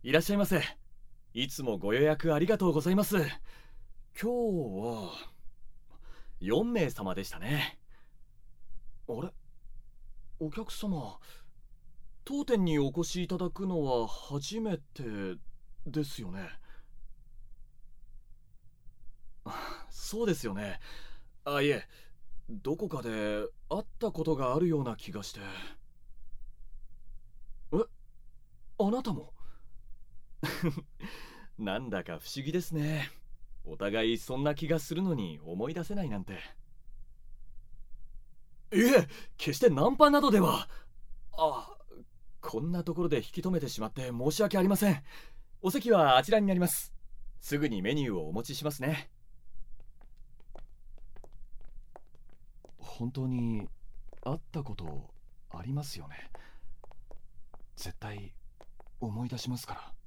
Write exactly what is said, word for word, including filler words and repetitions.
いらっしゃいませ。いつもご予約ありがとうございます。今日はよんめい様でしたね。あれ、お客様、当店にお越しいただくのは初めてですよね。あ、そうですよね。あ、いえ、どこかで会ったことがあるような気がして。え、あなたも？なんだか不思議ですね。お互いそんな気がするのに思い出せないなんて。いえ、決してナンパなどでは。あ、こんなところで引き止めてしまって申し訳ありません。お席はあちらになります。すぐにメニューをお持ちしますね。本当に会ったことありますよね。絶対思い出しますから。